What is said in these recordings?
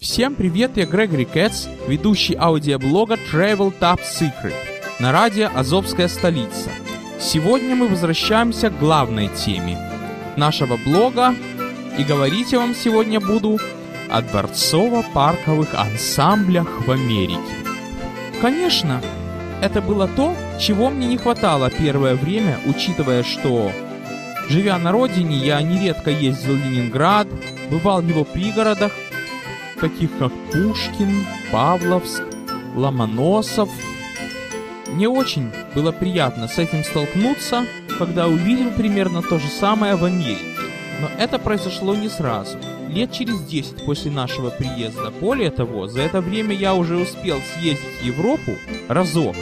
Всем привет, я Грегори Кэтс, ведущий аудиоблога Travel Top Secret на радио «Азовская столица». Сегодня мы возвращаемся к главной теме нашего блога, и говорить я вам сегодня буду о дворцово-парковых ансамблях в Америке. Конечно, это было то, чего мне не хватало первое время, учитывая, что, живя на родине, я нередко ездил в Ленинград, бывал в его пригородах, таких как Пушкин, Павловск, Ломоносов. Мне очень было приятно с этим столкнуться, когда увидел примерно то же самое в Америке. Но это произошло не сразу. Лет через 10 после нашего приезда. Более того, за это время я уже успел съездить в Европу разок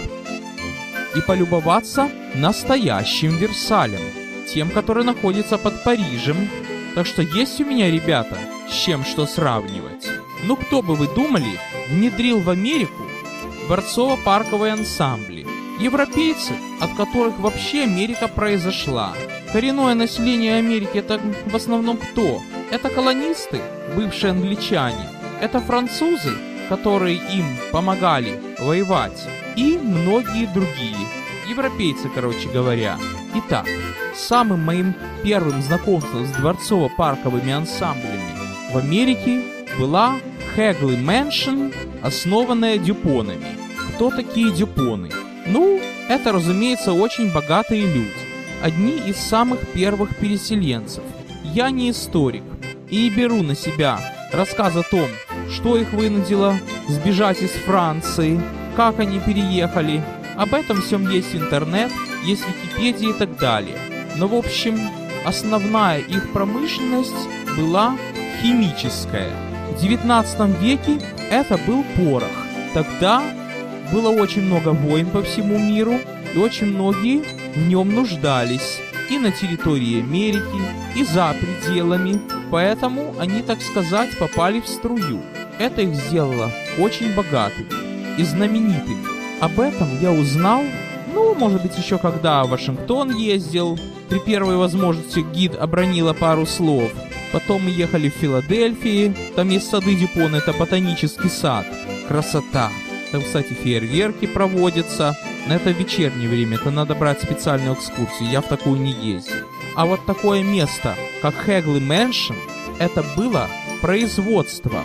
и полюбоваться настоящим Версалем, тем, который находится под Парижем. Так что есть у меня, ребята, с чем что сравнивать. Ну, кто бы вы думали, внедрил в Америку дворцово-парковые ансамбли? Европейцы, от которых вообще Америка произошла. Коренное население Америки — это в основном кто? Это колонисты, бывшие англичане. Это французы, которые им помогали воевать. И многие другие. Европейцы, короче говоря. Итак, самым моим первым знакомством с дворцово-парковыми ансамблями в Америке была Хэглы Мэншн, основанная Дюпонами. Кто такие Дюпоны? Ну, это, разумеется, очень богатые люди. Одни из самых первых переселенцев. Я не историк и не беру на себя рассказ о том, что их вынудило сбежать из Франции, как они переехали. Об этом всем есть интернет, есть Википедия и так далее. Но, в общем, основная их промышленность была химическая. В 19 веке это был порох. Тогда было очень много войн по всему миру, и очень многие в нем нуждались. И на территории Америки, и за пределами. Поэтому они, так сказать, попали в струю. Это их сделало очень богатыми и знаменитыми. Об этом я узнал, может быть, еще когда в Вашингтон ездил. При первой возможности гид обронила пару слов. Потом мы ехали в Филадельфию, там есть сады Дюпона, это ботанический сад. Красота. Там, кстати, фейерверки проводятся. На это в вечернее время, это надо брать специальную экскурсию, я в такую не ездил. А вот такое место, как Хэглы Мэншн, это было производство.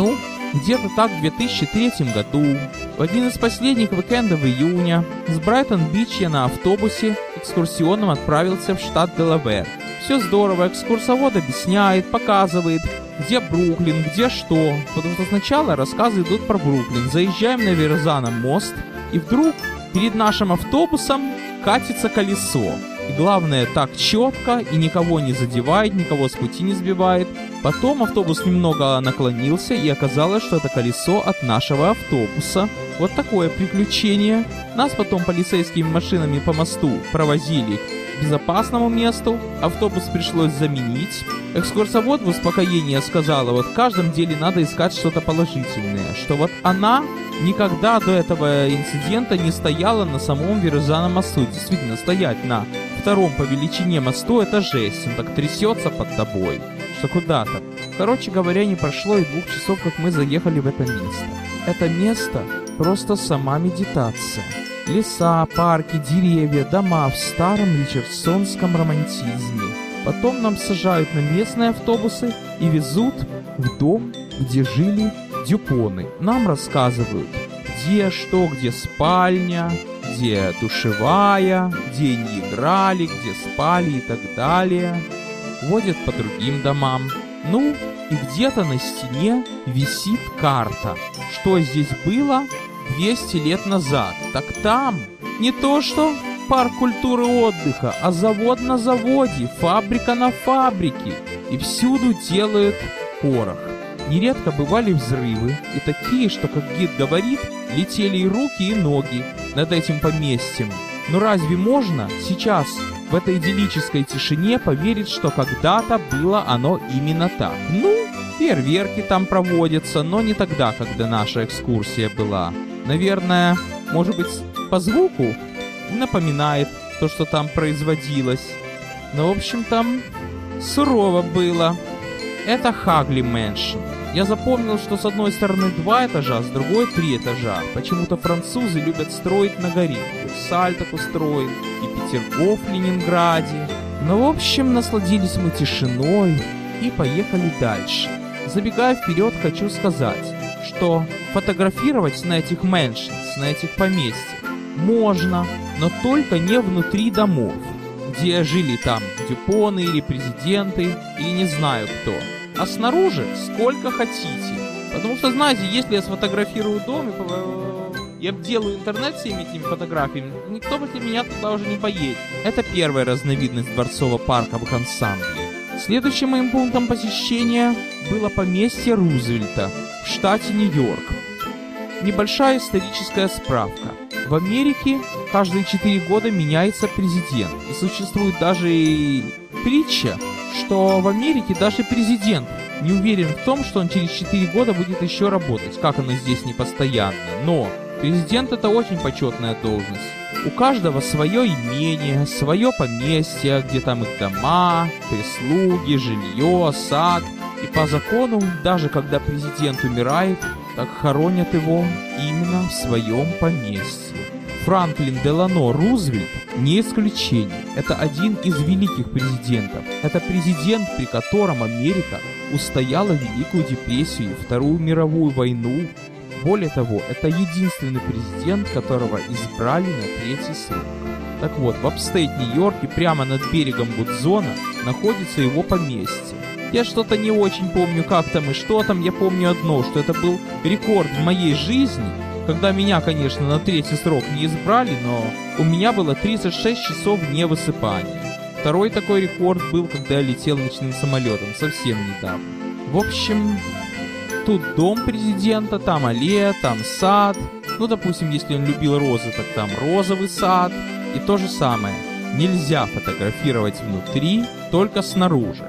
Где-то так в 2003 году, в один из последних уикендов июня, с Брайтон-Бич я на автобусе экскурсионном отправился в штат Делавэр. Все здорово, экскурсовод объясняет, показывает, где Бруклин, где что. Потому что сначала рассказы идут про Бруклин. Заезжаем на Верзана мост, и вдруг перед нашим автобусом катится колесо. И главное, так четко, и никого не задевает, никого с пути не сбивает. Потом автобус немного наклонился, и оказалось, что это колесо от нашего автобуса. Вот такое приключение. Нас потом полицейскими машинами по мосту провозили к безопасному месту. Автобус пришлось заменить. Экскурсовод в успокоении сказала, вот в каждом деле надо искать что-то положительное. Что вот она никогда до этого инцидента не стояла на самом Верзана мосту. Действительно, стоять на втором по величине мосту — это жесть. Он так трясется под тобой, что куда-то. Короче говоря, не прошло и 2 часов, как мы заехали в это место. Это место просто сама медитация. Леса, парки, деревья, дома в старом ричардсонском романтизме. Потом нам сажают на местные автобусы и везут в дом, где жили Дюпоны. Нам рассказывают, где что, где спальня, где душевая, где они играли, где спали и так далее. Водят по другим домам. И где-то на стене висит карта, что здесь было 200 лет назад. Так там не то что парк культуры и отдыха, а завод на заводе, фабрика на фабрике. И всюду делают порох. Нередко бывали взрывы, и такие, что, как гид говорит, летели и руки, и ноги над этим поместьем. Но разве можно сейчас в этой идиллической тишине поверить, что когда-то было оно именно так? Фейерверки там проводятся, но не тогда, когда наша экскурсия была. Наверное, может быть, по звуку напоминает то, что там производилось. Но, в общем, там сурово было. Это Хэглы Мэншн. Я запомнил, что с одной стороны 2 этажа, с другой 3 этажа. Почему-то французы любят строить на горе. Версаль так устроен, и Петергоф в Ленинграде. Но в общем, насладились мы тишиной и поехали дальше. Забегая вперед, хочу сказать, что фотографировать на этих mansions, на этих поместьях можно, но только не внутри домов, где жили там дюпоны или президенты, или не знаю кто. А снаружи сколько хотите. Потому что, знаете, если я сфотографирую дом и обделаю интернет всеми этими фотографиями, никто после меня туда уже не поедет. Это первая разновидность дворцово-парковых ансамблей. Следующим моим пунктом посещения было поместье Рузвельта в штате Нью-Йорк. Небольшая историческая справка. В Америке каждые 4 года меняется президент. И существует даже притча, что в Америке даже президент не уверен в том, что он через 4 года будет еще работать, как оно здесь не постоянно. Но президент — это очень почетная должность. У каждого свое имение, свое поместье, где там их дома, прислуги, жилье, сад. И по закону, даже когда президент умирает, так хоронят его именно в своем поместье. Франклин Делано Рузвельт не исключение. Это один из великих президентов. Это президент, при котором Америка устояла Великую депрессию и Вторую мировую войну. Более того, это единственный президент, которого избрали на 3-й срок. Так вот, в апстейт Нью-Йорке, прямо над берегом Гудзона, находится его поместье. Я что-то не очень помню, как там и что там. Я помню одно, что это был рекорд в моей жизни, когда меня, конечно, на 3-й срок не избрали, но у меня было 36 часов невысыпания. Второй такой рекорд был, когда я летел ночным самолетом, совсем недавно. В общем, тут дом президента, там аллея, там сад. Ну, допустим, если он любил розы, так там розовый сад. И то же самое. Нельзя фотографировать внутри, только снаружи.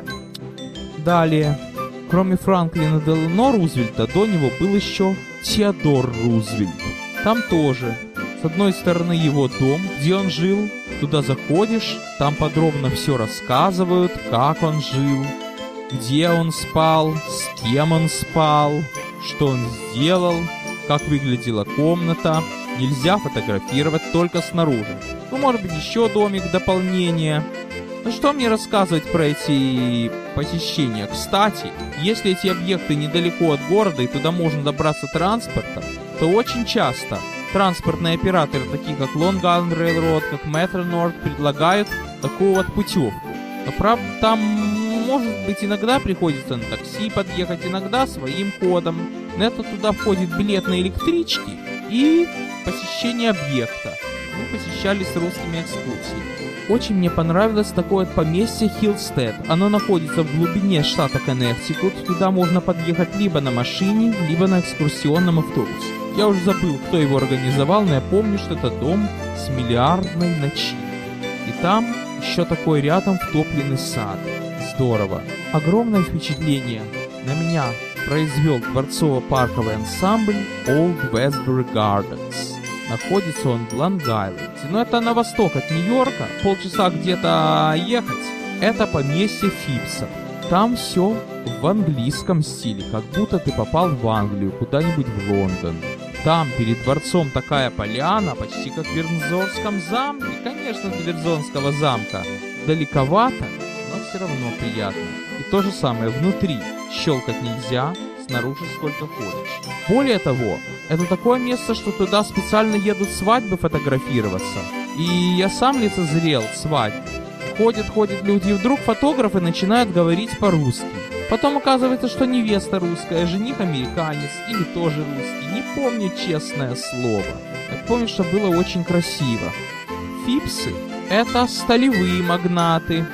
Далее. Кроме Франклина Делано Рузвельта, до него был еще Теодор Рузвельт. Там тоже. С одной стороны его дом, где он жил. Туда заходишь, там подробно все рассказывают, как он жил, где он спал, с кем он спал, что он сделал, как выглядела комната. Нельзя фотографировать, только снаружи. Ну, может быть, еще домик, дополнение. Ну, что мне рассказывать про эти посещения? Кстати, если эти объекты недалеко от города и туда можно добраться транспортом, то очень часто транспортные операторы, такие как Long Island Railroad, как Metro North, предлагают такую вот путевку. Но, правда, там, может быть, иногда приходится на такси подъехать, иногда своим ходом. На это туда входит билет на электрички и посещение объекта. Мы посещали с русскими экскурсиями. Очень мне понравилось такое поместье Хиллстед. Оно находится в глубине штата Коннектикут. Туда можно подъехать либо на машине, либо на экскурсионном автобусе. Я уже забыл, кто его организовал, но я помню, что это дом с миллиардной начинкой. И там еще такой рядом втопленный сад. Здорово. Огромное впечатление на меня произвел дворцово-парковый ансамбль Old Westbury Gardens. Находится он в Лонг-Айленде. Но это на восток от Нью-Йорка, полчаса где-то ехать. Это поместье Фипсов. Там все в английском стиле, как будто ты попал в Англию, куда-нибудь в Лондон. Там перед дворцом такая поляна, почти как в Виндзорском замке. Конечно, для Виндзорского замка далековато, но все равно приятно. И то же самое внутри. Щелкать нельзя, снаружи сколько хочешь. Более того, это такое место, что туда специально едут свадьбы фотографироваться. И я сам лицезрел свадьбу. Ходят люди, и вдруг фотографы начинают говорить по-русски. Потом оказывается, что невеста русская, жених американец или тоже русский. Не помню, честное слово. Я помню, что было очень красиво. Фипсы — это сталевые магнаты.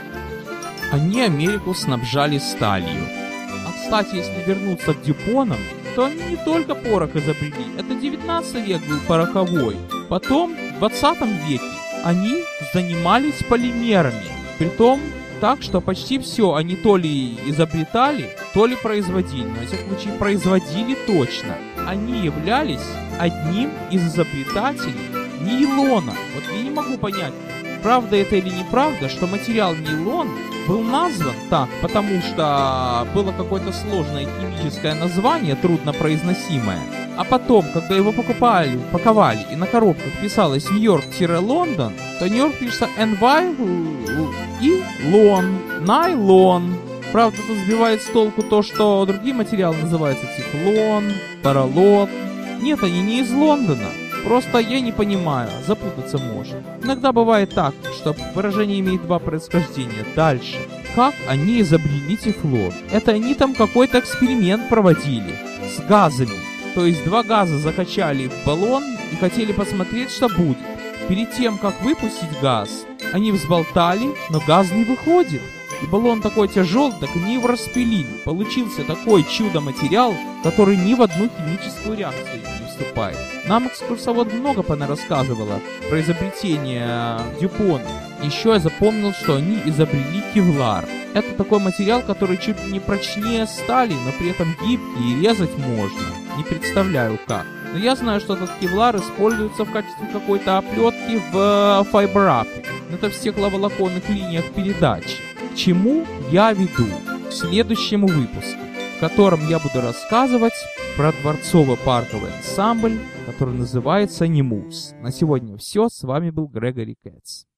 Они Америку снабжали сталью. А, кстати, если вернуться к Дюпонам, то они не только порох изобрели. Это 19 век был пороховой. Потом, в 20 веке, они занимались полимерами. Притом так, что почти все они то ли изобретали, то ли производили. Но, во всяком случае, производили точно. Они являлись одним из изобретателей нейлона. Вот я не могу понять, правда это или неправда, что материал нейлон был назван так, потому что было какое-то сложное химическое название, труднопроизносимое. А потом, когда его паковали, и на коробках писалось Нью-Йорк-Лондон, то Нью-Йорк пишется NY и лон, найлон. Правда, тут сбивает с толку то, что другие материалы называются тефлон, поролон. Нет, они не из Лондона. Просто я не понимаю, запутаться можно. Иногда бывает так, что выражение имеет два происхождения. Дальше. Как они изобрели тефлон? Это они там какой-то эксперимент проводили с газами. То есть два газа закачали в баллон и хотели посмотреть, что будет. Перед тем, как выпустить газ, они взболтали, но газ не выходит. И баллон такой тяжелый, так они его распилили. Получился такой чудо-материал, который ни в одну химическую реакцию не вступает. Нам экскурсовод много рассказывала про изобретение Дюпона. Еще я запомнил, что они изобрели кевлар. Это такой материал, который чуть ли не прочнее стали, но при этом гибкий и резать можно. Не представляю как. Но я знаю, что этот кевлар используется в качестве какой-то оплетки в файбер-апе. Это в стекловолоконных линиях передач. К чему я веду? К следующему выпуску, в котором я буду рассказывать про дворцово-парковый ансамбль, который называется Немус. На сегодня все. С вами был Грегори Кэтс.